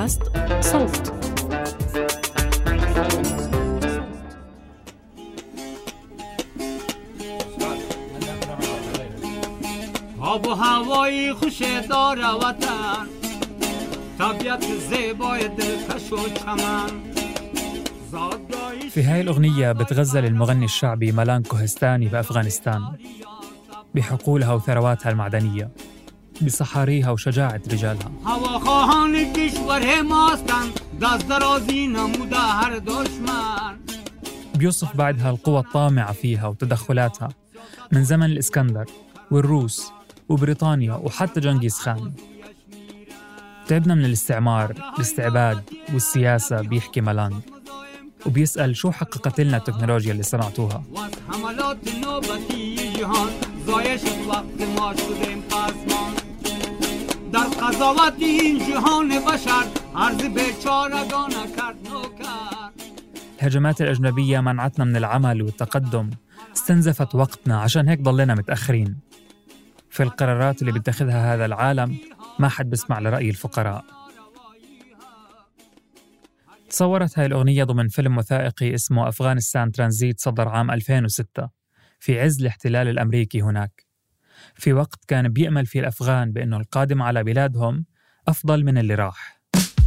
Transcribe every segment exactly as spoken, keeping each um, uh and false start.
بودكاست صوت. آب و هوایی خوش داره وطن، طبیعت زیبای دلکش و چمن. في هاي الأغنية بتغزل المغني الشعبي ملان كوهستاني بأفغانستان بحقولها وثرواتها المعدنية، بصحاريها وشجاعة رجالها. هوا خواهان کشور ماستن، دست درازی نموده هر دشمن. بيوصف بعدها القوى الطامعة فيها وتدخلاتها من زمن الإسكندر والروس وبريطانيا وحتى جنغيز خان. تعبنا من الاستعمار، الاستعباد والسياسة، بيحكي ملانج، وبيسأل شو حققت لنا التكنولوجيا اللي صنعتوها. الهجمات الأجنبية منعتنا من العمل والتقدم، استنزفت وقتنا، عشان هيك ضلنا متأخرين في القرارات اللي بيتخذها هذا العالم. ما حد بسمع لرأي الفقراء. تصورت هاي الأغنية ضمن فيلم وثائقي اسمه أفغانستان ترانزيت، صدر عام ألفين وستة في عز الاحتلال الأمريكي هناك، في وقت كان بيأمل فيه الأفغان بأنه القادم على بلادهم أفضل من اللي راح.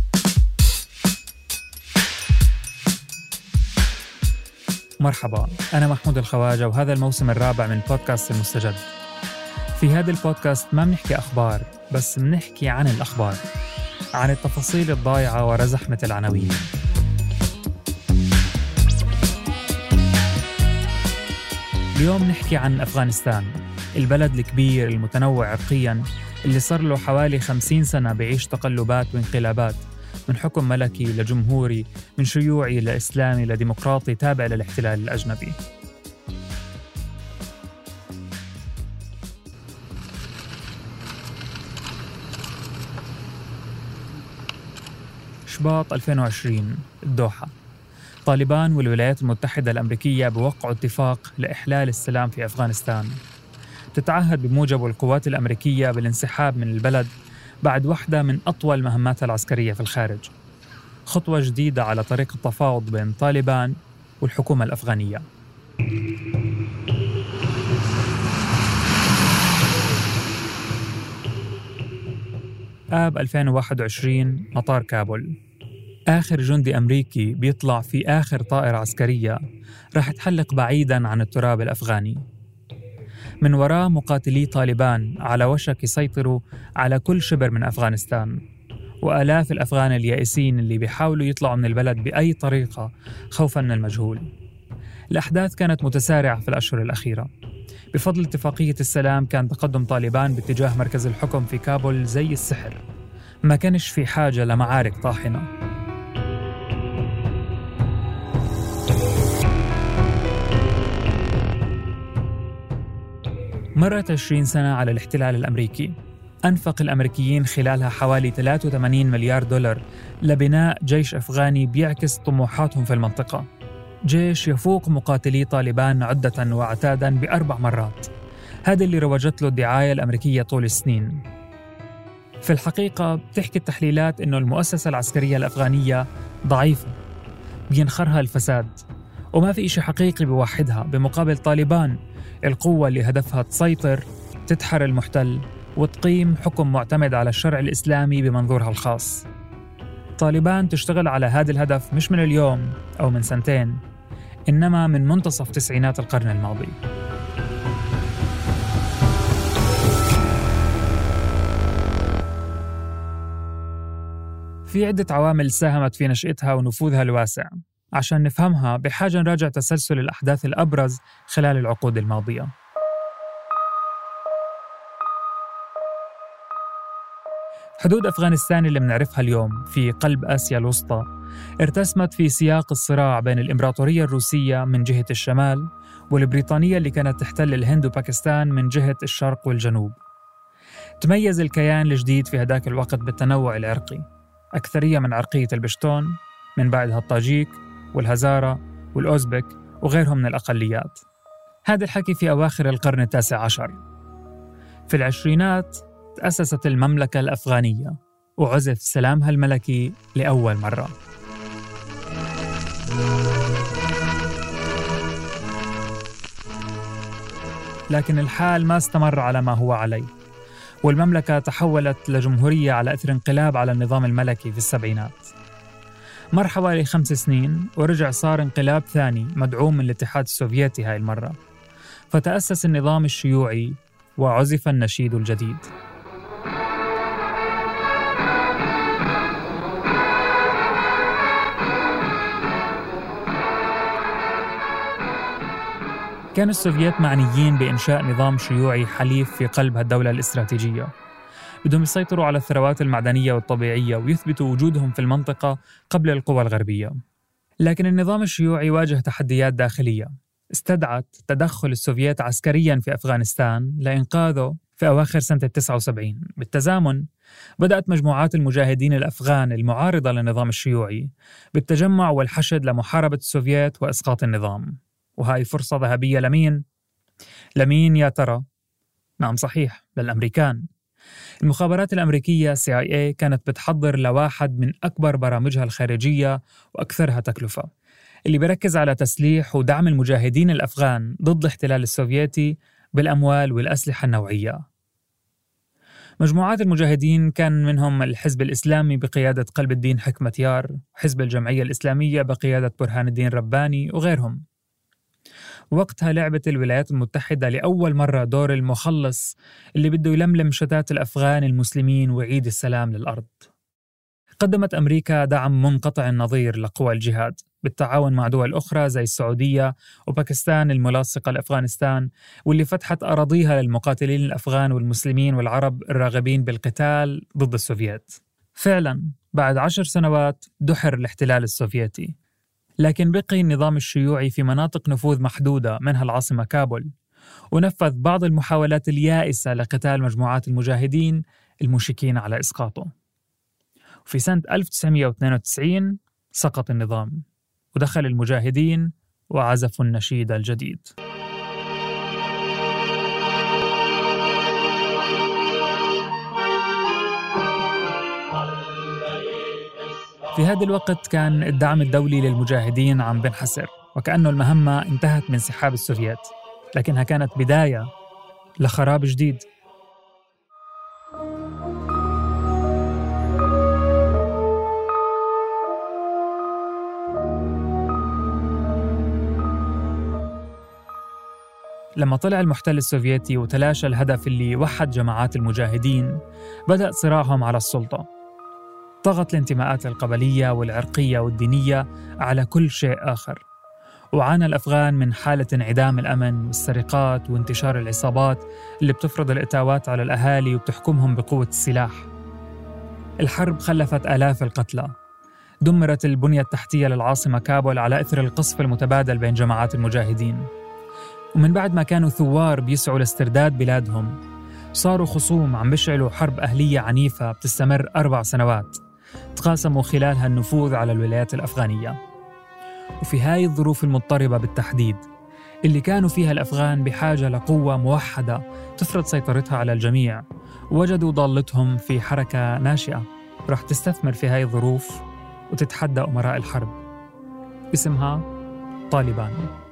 مرحبا، أنا محمود الخواجة، وهذا الموسم الرابع من بودكاست المستجد. في هذا البودكاست ما بنحكي أخبار، بس بنحكي عن الأخبار، عن التفاصيل الضايعة ورا زحمة العناوين. اليوم نحكي عن أفغانستان، البلد الكبير المتنوع عرقياً اللي صار له حوالي خمسين سنة بعيش تقلبات وانقلابات، من حكم ملكي لجمهوري، من شيوعي لإسلامي لديمقراطي تابع للاحتلال الأجنبي. شباط ألفين وعشرين، الدوحة. طالبان والولايات المتحدة الأمريكية بوقعوا اتفاق لإحلال السلام في أفغانستان. تتعهد بموجبه القوات الأمريكية بالانسحاب من البلد بعد واحدة من أطول مهماتها العسكرية في الخارج، خطوة جديدة على طريق التفاوض بين طالبان والحكومة الأفغانية. آب ألفين وواحد وعشرين، مطار كابول. آخر جندي أمريكي بيطلع في آخر طائرة عسكرية راح تحلق بعيداً عن التراب الأفغاني. من وراء مقاتلي طالبان على وشك يسيطروا على كل شبر من أفغانستان، وآلاف الأفغان اليائسين اللي بيحاولوا يطلعوا من البلد بأي طريقة خوفاً من المجهول. الأحداث كانت متسارعة في الأشهر الأخيرة. بفضل اتفاقية السلام كان تقدم طالبان باتجاه مركز الحكم في كابول زي السحر، ما كانش في حاجة لمعارك طاحنة. مرت عشرين سنة على الاحتلال الأمريكي. أنفق الأمريكيين خلالها حوالي ثلاثة وثمانين مليار دولار لبناء جيش أفغاني بيعكس طموحاتهم في المنطقة، جيش يفوق مقاتلي طالبان عدة وعتادا بأربع مرات. هذا اللي روجت له الدعاية الأمريكية طول السنين. في الحقيقة بتحكي التحليلات إنه المؤسسة العسكرية الأفغانية ضعيفة، بينخرها الفساد، وما في إشي حقيقي بوحدها، بمقابل طالبان القوة اللي هدفها تسيطر، تدحر المحتل، وتقيم حكم معتمد على الشرع الإسلامي بمنظورها الخاص. طالبان تشتغل على هذا الهدف مش من اليوم أو من سنتين، إنما من منتصف تسعينات القرن الماضي. في عدة عوامل ساهمت في نشأتها ونفوذها الواسع. عشان نفهمها بحاجة نراجع تسلسل الأحداث الأبرز خلال العقود الماضية. حدود أفغانستان اللي منعرفها اليوم في قلب آسيا الوسطى ارتسمت في سياق الصراع بين الإمبراطورية الروسية من جهة الشمال والبريطانية اللي كانت تحتل الهند وباكستان من جهة الشرق والجنوب. تميز الكيان الجديد في هداك الوقت بالتنوع العرقي، أكثرية من عرقية البشتون، من بعدها الطاجيك والهزارة والأوزبك وغيرهم من الأقليات. هذا الحكي في أواخر القرن التاسع عشر. في العشرينات تأسست المملكة الأفغانية وعزف سلامها الملكي لأول مرة. لكن الحال ما استمر على ما هو عليه، والمملكة تحولت لجمهورية على إثر انقلاب على النظام الملكي في السبعينات. مر حوالي خمس سنين ورجع صار انقلاب ثاني مدعوم من الاتحاد السوفيتي هاي المرة، فتأسس النظام الشيوعي وعزف النشيد الجديد. كان السوفييت معنيين بإنشاء نظام شيوعي حليف في قلب هالدولة الاستراتيجية، بدهم يسيطروا على الثروات المعدنية والطبيعية ويثبتوا وجودهم في المنطقة قبل القوى الغربية. لكن النظام الشيوعي واجه تحديات داخلية استدعت تدخل السوفييت عسكرياً في أفغانستان لإنقاذه في أواخر سنة تسعة وسبعين. بالتزامن بدأت مجموعات المجاهدين الأفغان المعارضة للنظام الشيوعي بالتجمع والحشد لمحاربة السوفييت وإسقاط النظام. وهاي فرصة ذهبية لمين؟ لمين يا ترى؟ نعم صحيح، للأمريكان. المخابرات الأمريكية سي آي إيه كانت بتحضر لواحد من أكبر برامجها الخارجية وأكثرها تكلفة، اللي بركز على تسليح ودعم المجاهدين الأفغان ضد الاحتلال السوفيتي بالأموال والأسلحة النوعية. مجموعات المجاهدين كان منهم الحزب الإسلامي بقيادة قلب الدين حكمتيار، حزب الجمعية الإسلامية بقيادة برهان الدين رباني وغيرهم. وقتها لعبت الولايات المتحدة لأول مرة دور المخلص اللي بده يلملم شتات الأفغان المسلمين ويعيد السلام للأرض. قدمت أمريكا دعم منقطع النظير لقوى الجهاد بالتعاون مع دول أخرى زي السعودية وباكستان الملاصقة لأفغانستان، واللي فتحت أراضيها للمقاتلين الأفغان والمسلمين والعرب الراغبين بالقتال ضد السوفييت. فعلا بعد عشر سنوات دحر الاحتلال السوفيتي، لكن بقي النظام الشيوعي في مناطق نفوذ محدودة منها العاصمة كابول، ونفذ بعض المحاولات اليائسة لقتال مجموعات المجاهدين المشكين على إسقاطه. وفي سنة ألف وتسعمائة واثنين وتسعين سقط النظام ودخل المجاهدين وعزفوا النشيد الجديد. في هذا الوقت كان الدعم الدولي للمجاهدين عم بنحسر، وكأنه المهمة انتهت من انسحاب السوفييت، لكنها كانت بداية لخراب جديد. لما طلع المحتل السوفيتي وتلاشى الهدف اللي وحد جماعات المجاهدين، بدأ صراعهم على السلطة. طغت الانتماءات القبلية والعرقية والدينية على كل شيء آخر، وعانى الأفغان من حالة انعدام الأمن والسرقات وانتشار العصابات اللي بتفرض الإتاوات على الأهالي وبتحكمهم بقوة السلاح. الحرب خلفت آلاف القتلى، دمرت البنية التحتية للعاصمة كابول على إثر القصف المتبادل بين جماعات المجاهدين. ومن بعد ما كانوا ثوار بيسعوا لاسترداد بلادهم، صاروا خصوم عم بيشعلوا حرب أهلية عنيفة بتستمر أربع سنوات تقاسموا خلالها النفوذ على الولايات الأفغانية. وفي هاي الظروف المضطربة بالتحديد اللي كانوا فيها الأفغان بحاجة لقوة موحدة تفرض سيطرتها على الجميع، وجدوا ضالتهم في حركة ناشئة رح تستثمر في هاي الظروف وتتحدى أمراء الحرب، اسمها طالبان.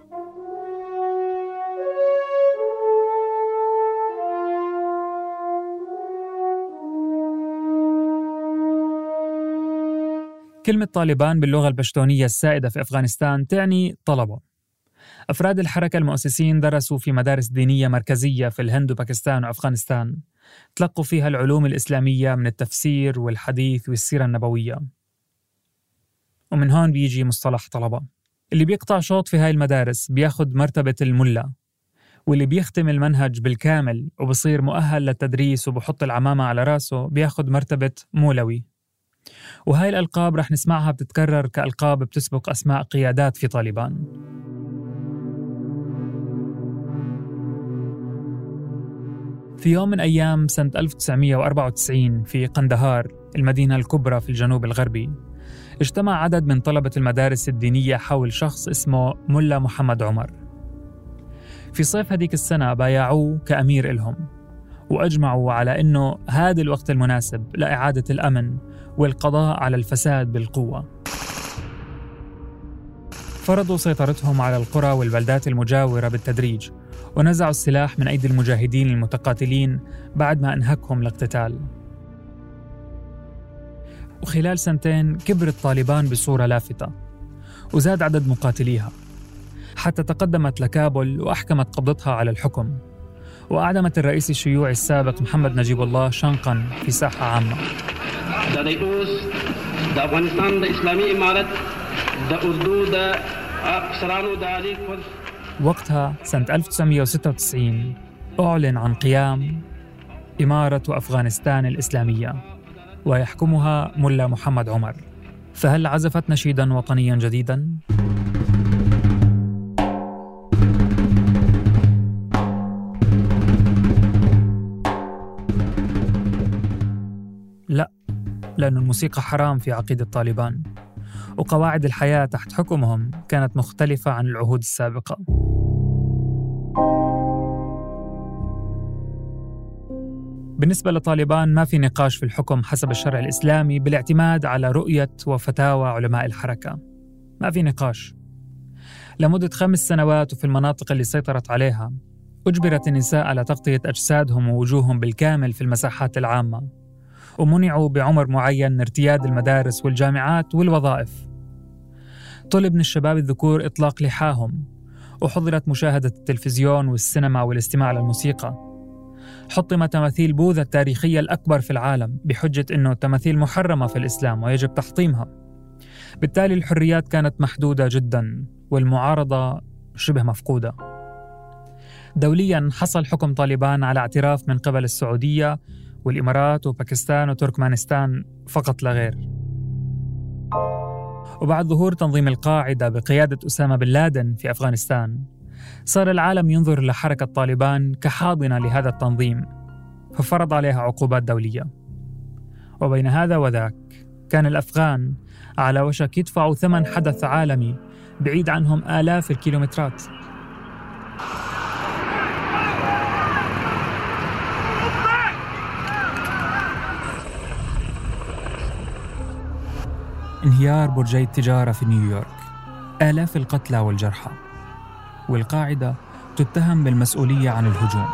كلمة طالبان باللغة البشتونية السائدة في أفغانستان تعني طلبة. أفراد الحركة المؤسسين درسوا في مدارس دينية مركزية في الهند وباكستان وأفغانستان، تلقوا فيها العلوم الإسلامية من التفسير والحديث والسيرة النبوية. ومن هون بيجي مصطلح طلبة. اللي بيقطع شوط في هاي المدارس بياخد مرتبة الملا، واللي بيختم المنهج بالكامل وبصير مؤهل للتدريس وبحط العمامة على راسه بياخد مرتبة مولوي. وهاي الألقاب رح نسمعها بتتكرر كألقاب بتسبق أسماء قيادات في طالبان. في يوم من أيام سنة ألف وتسعمائة وأربعة وتسعين في قندهار، المدينة الكبرى في الجنوب الغربي، اجتمع عدد من طلبة المدارس الدينية حول شخص اسمه ملا محمد عمر. في صيف هديك السنة بايعوه كأمير إلهم، وأجمعوا على أنه هذا الوقت المناسب لإعادة الأمن والقضاء على الفساد بالقوة. فرضوا سيطرتهم على القرى والبلدات المجاورة بالتدريج، ونزعوا السلاح من أيدي المجاهدين المتقاتلين بعد ما أنهكهم الاقتتال. وخلال سنتين كبرت طالبان بصورة لافتة، وزاد عدد مقاتليها، حتى تقدمت لكابول وأحكمت قبضتها على الحكم، وأعدمت الرئيس الشيوعي السابق محمد نجيب الله شنقاً في ساحة عامة. وقتها سنة ألف وتسعمائة وستة وتسعين أعلن عن قيام إمارة أفغانستان الإسلامية، ويحكمها ملا محمد عمر. فهل عزفت نشيداً وطنياً جديداً؟ لا، لأن الموسيقى حرام في عقيدة طالبان، وقواعد الحياة تحت حكمهم كانت مختلفة عن العهود السابقة. بالنسبة لطالبان ما في نقاش في الحكم حسب الشرع الإسلامي بالاعتماد على رؤية وفتاوى علماء الحركة. ما في نقاش. لمدة خمس سنوات وفي المناطق اللي سيطرت عليها أجبرت النساء على تغطية أجسادهم ووجوههم بالكامل في المساحات العامة، ومنعوا بعمر معين من ارتياد المدارس والجامعات والوظائف. طلب من الشباب الذكور إطلاق لحاهم، وحظرت مشاهدة التلفزيون والسينما والاستماع للموسيقى. حطم تماثيل بوذا التاريخية الأكبر في العالم بحجة أنه التماثيل محرمة في الإسلام ويجب تحطيمها. بالتالي الحريات كانت محدودة جدا، والمعارضة شبه مفقودة. دوليا حصل حكم طالبان على اعتراف من قبل السعودية والإمارات وباكستان وتركمانستان فقط لا غير. وبعد ظهور تنظيم القاعدة بقيادة أسامة بن لادن في أفغانستان، صار العالم ينظر لحركة طالبان كحاضنة لهذا التنظيم، ففرض عليها عقوبات دولية. وبين هذا وذاك كان الأفغان على وشك يدفعوا ثمن حدث عالمي بعيد عنهم آلاف الكيلومترات. انهيار برجي التجارة في نيويورك، آلاف القتلى والجرحى، والقاعدة تتهم بالمسؤولية عن الهجوم.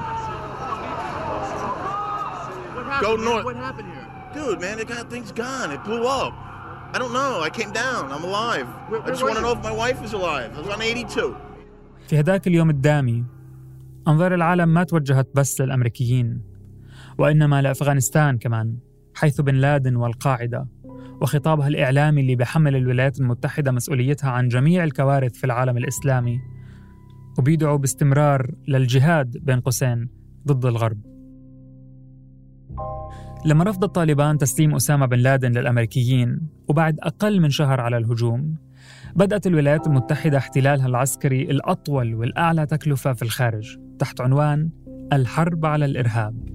Go north. What happened here? Dude, man, they got things gone. It blew up. I don't know. I came down. I'm alive. I just want to know if my wife is alive. I was on eighty-two. في هداك اليوم الدامي أنظار العالم ما توجهت بس للأمريكيين، وإنما لأفغانستان كمان، حيث بن لادن والقاعدة وخطابها الإعلامي اللي بيحمل الولايات المتحدة مسؤوليتها عن جميع الكوارث في العالم الإسلامي، وبيدعوا باستمرار للجهاد بين قوسين ضد الغرب. لما رفض الطالبان تسليم أسامة بن لادن للأمريكيين وبعد أقل من شهر على الهجوم، بدأت الولايات المتحدة احتلالها العسكري الأطول والأعلى تكلفة في الخارج تحت عنوان الحرب على الإرهاب.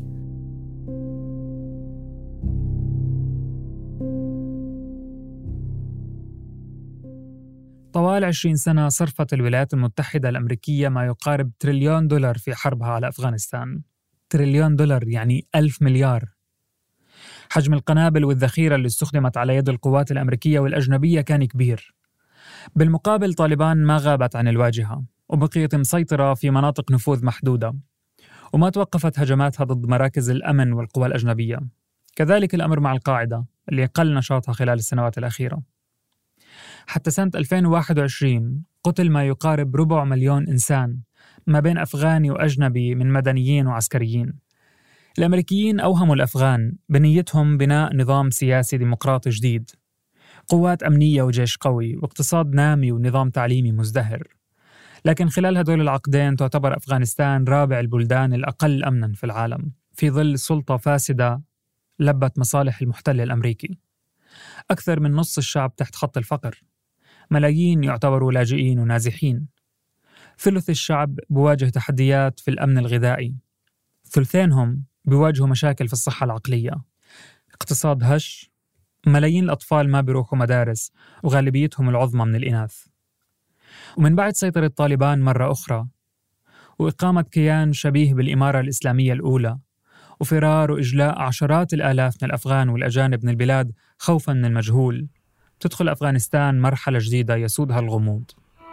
طوال عشرين سنة صرفت الولايات المتحدة الأمريكية ما يقارب تريليون دولار في حربها على أفغانستان. تريليون دولار يعني ألف مليار. حجم القنابل والذخيرة اللي استخدمت على يد القوات الأمريكية والأجنبية كان كبير. بالمقابل طالبان ما غابت عن الواجهة، وبقيت مسيطرة في مناطق نفوذ محدودة، وما توقفت هجماتها ضد مراكز الأمن والقوى الأجنبية. كذلك الأمر مع القاعدة اللي قل نشاطها خلال السنوات الأخيرة. حتى سنة ألفين وواحد وعشرين قتل ما يقارب ربع مليون إنسان ما بين أفغاني وأجنبي من مدنيين وعسكريين. الأمريكيين أوهموا الأفغان بنيتهم بناء نظام سياسي ديمقراطي جديد، قوات أمنية وجيش قوي واقتصاد نامي ونظام تعليمي مزدهر. لكن خلال هدول العقدين تعتبر أفغانستان رابع البلدان الأقل أمناً في العالم، في ظل سلطة فاسدة لبت مصالح المحتل الأمريكي. أكثر من نص الشعب تحت خط الفقر، ملايين يعتبروا لاجئين ونازحين، ثلث الشعب بواجه تحديات في الأمن الغذائي، ثلثينهم بيواجهوا مشاكل في الصحة العقلية، اقتصاد هش، ملايين الأطفال ما بيروحوا مدارس وغالبيتهم العظمى من الإناث. ومن بعد سيطرة طالبان مرة أخرى وإقامة كيان شبيه بالإمارة الإسلامية الأولى، وفرار وإجلاء عشرات الآلاف من الأفغان والأجانب من البلاد خوفاً من المجهول، تدخل أفغانستان مرحلة جديدة يسودها الغموض.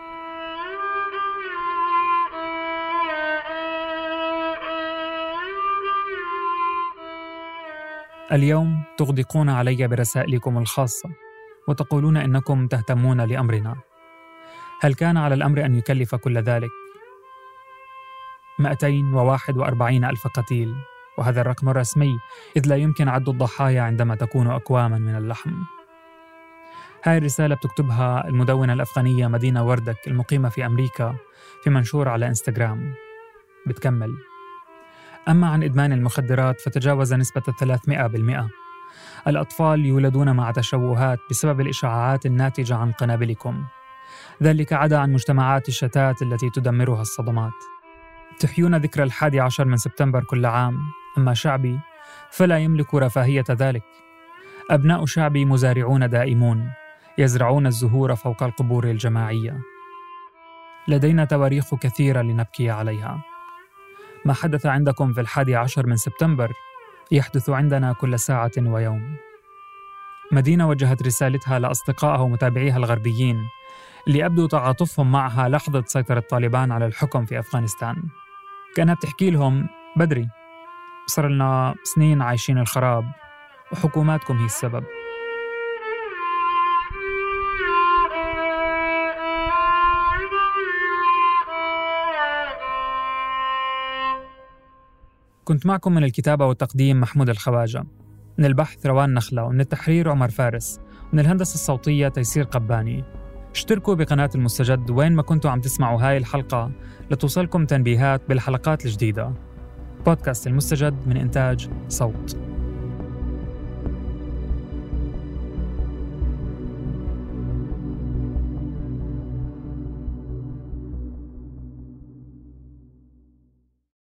اليوم تغدقون علي برسائلكم الخاصة وتقولون إنكم تهتمون لأمرنا. هل كان على الأمر أن يكلف كل ذلك؟ مئتين وواحد وأربعين ألف قتيل، وهذا الرقم الرسمي إذ لا يمكن عد الضحايا عندما تكون أكواما من اللحم. هاي الرسالة بتكتبها المدونة الأفغانية مدينة وردك المقيمة في أمريكا في منشور على إنستغرام. بتكمل: أما عن إدمان المخدرات فتجاوز نسبة ثلاثمئة بالمئة. الأطفال يولدون مع تشوهات بسبب الإشعاعات الناتجة عن قنابلكم، ذلك عدا عن مجتمعات الشتات التي تدمرها الصدمات. تحيون ذكرى الحادي عشر من سبتمبر كل عام، أما شعبي فلا يملك رفاهية ذلك. أبناء شعبي مزارعون دائمون، يزرعون الزهور فوق القبور الجماعية. لدينا تواريخ كثيرة لنبكي عليها. ما حدث عندكم في الحادي عشر من سبتمبر يحدث عندنا كل ساعة ويوم. مدينة وجهت رسالتها لأصدقائها ومتابعيها الغربيين اللي أبدوا تعاطفهم معها لحظة سيطرة طالبان على الحكم في أفغانستان. كانت بتحكي لهم: بدري، صار لنا سنين عايشين الخراب وحكوماتكم هي السبب. كنت معكم من الكتابة والتقديم محمود الخواجة، من البحث روان نخلة، ومن التحرير عمر فارس، ومن الهندسة الصوتية تيسير قباني. اشتركوا بقناة المستجد وين ما كنتوا عم تسمعوا هاي الحلقة لتوصلكم تنبيهات بالحلقات الجديدة. بودكاست المستجد من إنتاج صوت.